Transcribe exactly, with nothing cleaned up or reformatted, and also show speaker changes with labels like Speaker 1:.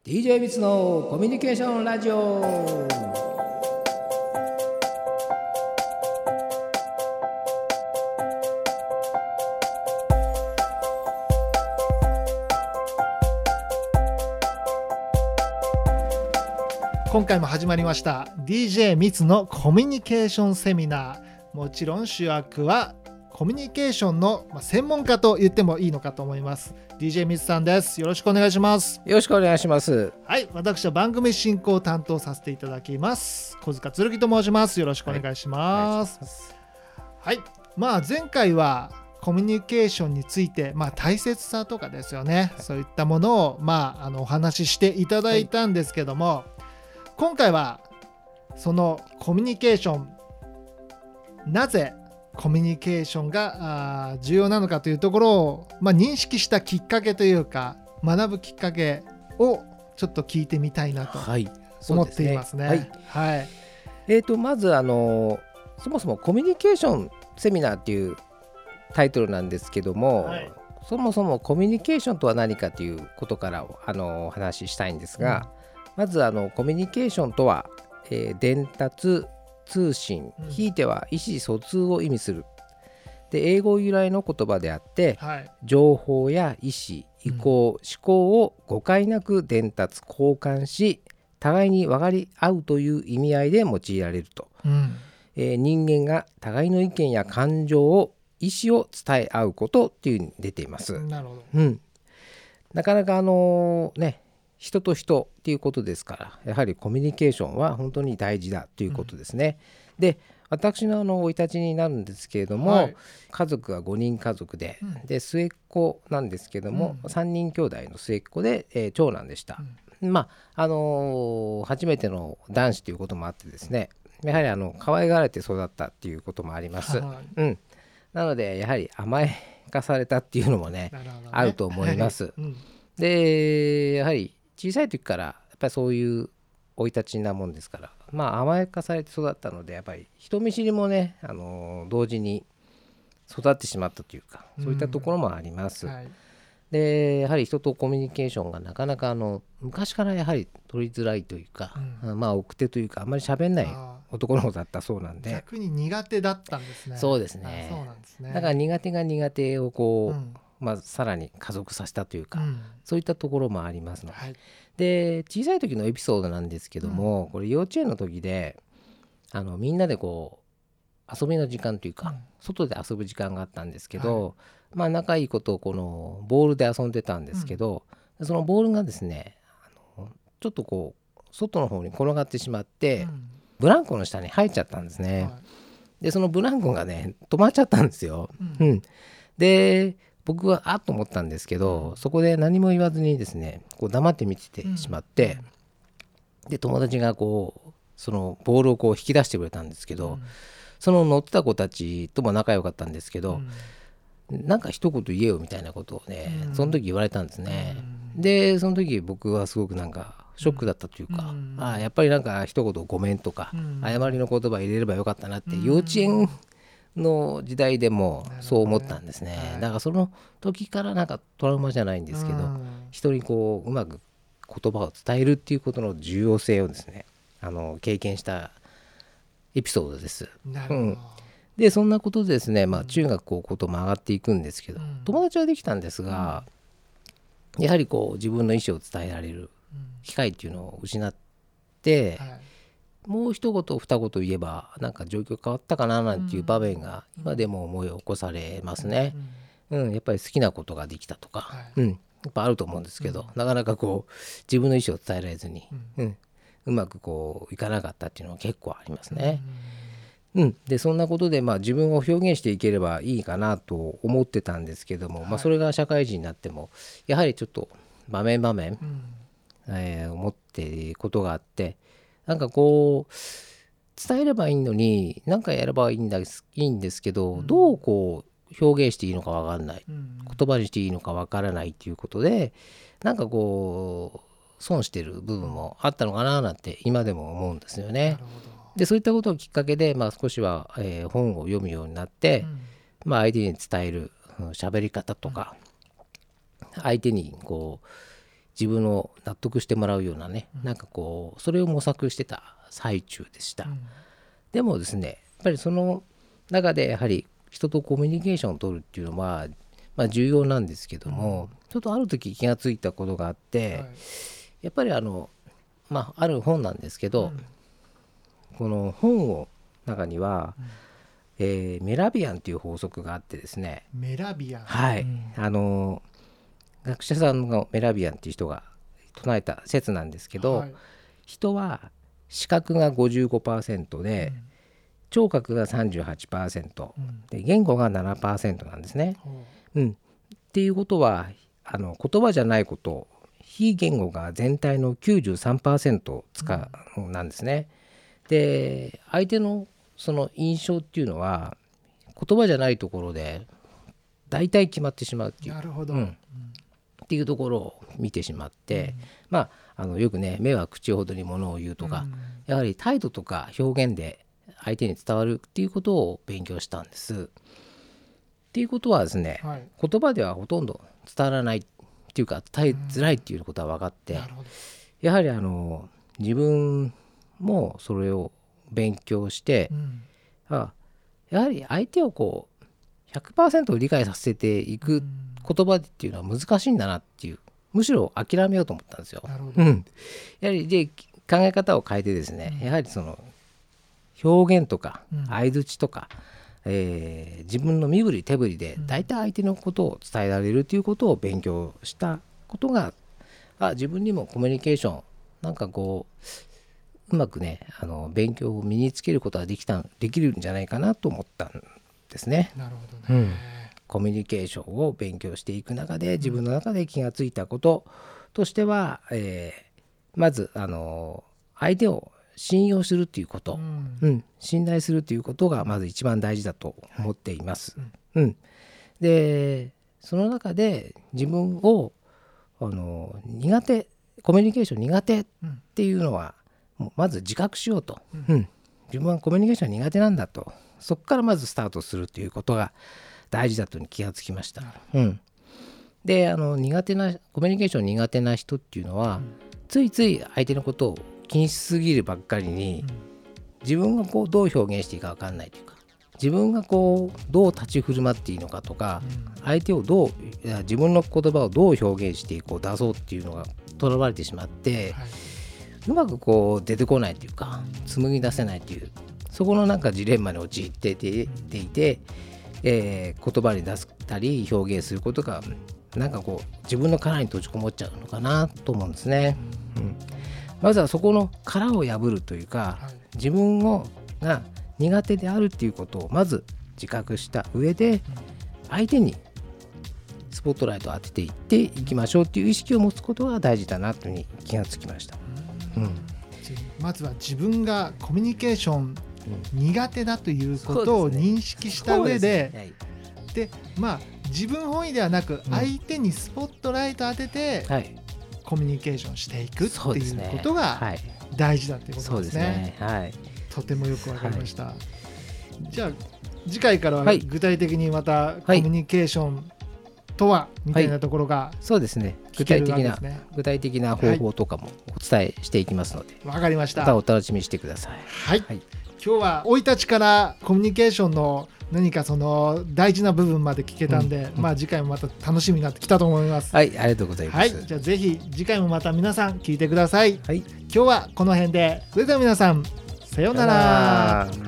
Speaker 1: ディージェー ミツのコミュニケーションラジオ。
Speaker 2: 今回も始まりました ディージェー ミツのコミュニケーションセミナー。もちろん主役はコミュニケーションの専門家と言ってもいいのかと思います。 ディージェー ミツさんです。よろしくお願いします。
Speaker 1: よろしくお願いします。
Speaker 2: はい、私は番組進行を担当させていただきます小塚剣と申します。よろしくお願いします。はい、はい、まあ前回はコミュニケーションについて、まあ、大切さとかですよね、はい、そういったものを、まあ、あのお話ししていただいたんですけども、はい、今回はそのコミュニケーション、なぜコミュニケーションがあ重要なのかというところを、まあ、認識したきっかけというか学ぶきっかけをちょっと聞いてみたいなと思っていますね。はいはい、
Speaker 1: えーとまずあのそもそもコミュニケーションセミナーっていうタイトルなんですけども、はい、そもそもコミュニケーションとは何かということからあのお話ししたいんですが、うん、まずあのコミュニケーションとは、えー、伝達、通信、ひいては意思疎通を意味する。で、英語由来の言葉であって、はい、情報や意思、意向、うん、思考を誤解なく伝達、交換し、互いに分かり合うという意味合いで用いられると、うんえー、人間が互いの意見や感情を意思を伝え合うことっていう風に出ています。
Speaker 2: なるほど、
Speaker 1: うん、なかなかあのー、ね人と人っていうことですから、やはりコミュニケーションは本当に大事だということですね。うん、で、私の生い立ちになるんですけれども、はい、家族はごにん家族で、うん、で末っ子なんですけども、うん、さんにん兄弟の末っ子で、えー、長男でした。うん、まああのー、初めての男子ということもあってですね、やはりあの可愛がられて育ったっていうこともあります。はい、うん、なのでやはり甘やかされたっていうのも ね, ねあると思います。うん、でやはり小さい時からやっぱりそういう生い立ちなもんですから、まあ甘やかされて育ったので、やっぱり人見知りもね、あのー、同時に育ってしまったというか、そういったところもあります。うんはい、でやはり人とコミュニケーションがなかなかあの昔からやはり取りづらいというか、うん、まあ奥手というかあんまり喋んない男の子だったそうなんで、
Speaker 2: 逆に苦手だったんですね。
Speaker 1: そうですね。そうなんですね。だから苦手が苦手をこう、うんまあ、さらに加速させたというか、うん、そういったところもありますので、はい、で小さい時のエピソードなんですけども、うん、これ幼稚園の時であのみんなでこう遊びの時間というか、うん、外で遊ぶ時間があったんですけど、はいまあ、仲いい子とこのボールで遊んでたんですけど、うん、そのボールがですねあのちょっとこう外の方に転がってしまって、うん、ブランコの下に入っちゃったんですね。はい、でそのブランコがね止まっちゃったんですよ。うんうん、で僕はあっと思ったんですけど、うん、そこで何も言わずにですねこう黙って見ててしまって、うん、で友達がこうそのボールをこう引き出してくれたんですけど、うん、その乗ってた子たちとも仲良かったんですけど、うん、なんか一言言えよみたいなことをね、うん、その時言われたんですね。うん、でその時僕はすごくなんかショックだったというか、うん、あやっぱりなんか一言ごめんとか、うん、誤りの言葉入れればよかったなって、うん、幼稚園の時代でもそう思ったんですね。はい、だからその時からなんかトラウマじゃないんですけど、うん、人にこううまく言葉を伝えるっていうことの重要性をですねあの経験したエピソードです。なるほど。うん、でそんなことでですね、まあ、中学高校とも上がっていくんですけど、うん、友達はできたんですが、うん、やはりこう自分の意思を伝えられる機会っていうのを失って、はいもう一言二言言えばなんか状況変わったかななんていう場面が今でも思い起こされますね。うん、うん、やっぱり好きなことができたとか、はい、うん、やっぱあると思うんですけど、うん、なかなかこう自分の意思を伝えられずに、うんうん、うまくこういかなかったっていうのは結構ありますね。うん、うん、でそんなことでまあ自分を表現していければいいかなと思ってたんですけども、はいまあ、それが社会人になってもやはりちょっと場面場面、うんえー、思っていることがあって。なんかこう伝えればいいのに何かやればいいんだいいんですけど、うん、どうこう表現していいのか分かんない、うん、言葉にしていいのか分からないっていうことでなんかこう損してる部分もあったのかななんて今でも思うんですよね。でそういったことをきっかけで、まあ、少しは、えー、本を読むようになって、うんまあ、相手に伝える喋り方とか、うん、相手にこう自分を納得してもらうようなね、うん、なんかこうそれを模索してた最中でした、うん、でもですねやっぱりその中でやはり人とコミュニケーションを取るっていうのは、まあ、重要なんですけども、うん、ちょっとある時気がついたことがあって、はい、やっぱりあの、まあ、ある本なんですけど、うん、この本の中には、うんえー、メラビアンっていう法則があってですね。
Speaker 2: メラビアン、
Speaker 1: はい、うん、あの学者さんのメラビアンっていう人が唱えた説なんですけど、はい、人は視覚が ごじゅうごパーセント で、うん、聴覚が さんじゅうはちパーセント、うん、で言語が ななパーセント なんですね、うん、っていうことはあの言葉じゃないこと非言語が全体の きゅうじゅうさんパーセント 使う、うん、なんですね。で相手のその印象っていうのは言葉じゃないところで大体決まってしまうっていう、
Speaker 2: なるほど、
Speaker 1: うん、っていうところを見てしまって、うん、まああのよくね目は口ほどにものを言うとか、うん、やはり態度とか表現で相手に伝わるっていうことを勉強したんです。っていうことはですね、はい、言葉ではほとんど伝わらないっていうか伝えづらいっていうことは分かって、うん、やはりあの自分もそれを勉強して、うん、あやはり相手をこう ひゃくパーセント 理解させていく言葉っていうのは難しいんだなっていう、むしろ諦めようと思ったんですよ。なるほど、うん、やはりで考え方を変えてですね、うん、やはりその表現とか相槌とか、うんえー、自分の身振り手振りで大体相手のことを伝えられるということを勉強したことが、あ自分にもコミュニケーションなんかこううまくねあの勉強を身につけることができたできるんじゃないかなと思ったんですね。
Speaker 2: なるほどね、うん、
Speaker 1: コミュニケーションを勉強していく中で自分の中で気がついたこととしては、えー、まずあの相手を信用するということ、うんうん、信頼するということがまず一番大事だと思っています、うんうん、でその中で自分をあの苦手コミュニケーション苦手っていうのは、もうまず自覚しようと、うんうん、自分はコミュニケーション苦手なんだと、そこからまずスタートするということが大事だとに気がつきました、うん、であの苦手なコミュニケーション苦手な人っていうのは、うん、ついつい相手のことを気にしすぎるばっかりに、うん、自分がこうどう表現していいか分かんないというか、自分がこうどう立ち振る舞っていいのかとか、うん、相手をどういや自分の言葉をどう表現していこう出そうっていうのがとらわれてしまって、はいうまくこう出てこないというか紡ぎ出せないという、そこのなんかジレンマに陥っていて、えー、言葉に出したり表現することがなんかこう自分の殻に閉じこもっちゃうのかなと思うんですね、うん、まずはそこの殻を破るというか、自分をが苦手であるっていうことをまず自覚した上で相手にスポットライトを当てていっていきましょうっていう意識を持つことが大事だなというふうに気がつきました。うん、
Speaker 2: まずは自分がコミュニケーション苦手だということを認識した上で、でまあ自分本位ではなく相手にスポットライト当ててコミュニケーションしていくっていうことが大事だということですね。はい、とてもよくわかりました、はい、じゃあ次回からは具体的にまたコミュニケーションとはみたいなところが、はい、
Speaker 1: そうですね、具体的な具体的な方法とかもお伝えしていきますので、
Speaker 2: わ、はい、かりました。
Speaker 1: またお楽しみにしてください。
Speaker 2: はい、はい、今日は生い立ちからコミュニケーションの何かその大事な部分まで聞けたんで、うん、まあ次回もまた楽しみになってきたと思います。
Speaker 1: はい、ありがとうございます。
Speaker 2: はい、じゃあぜひ次回もまた皆さん聞いてください。はい、今日はこの辺で、それでは皆さんさようなら。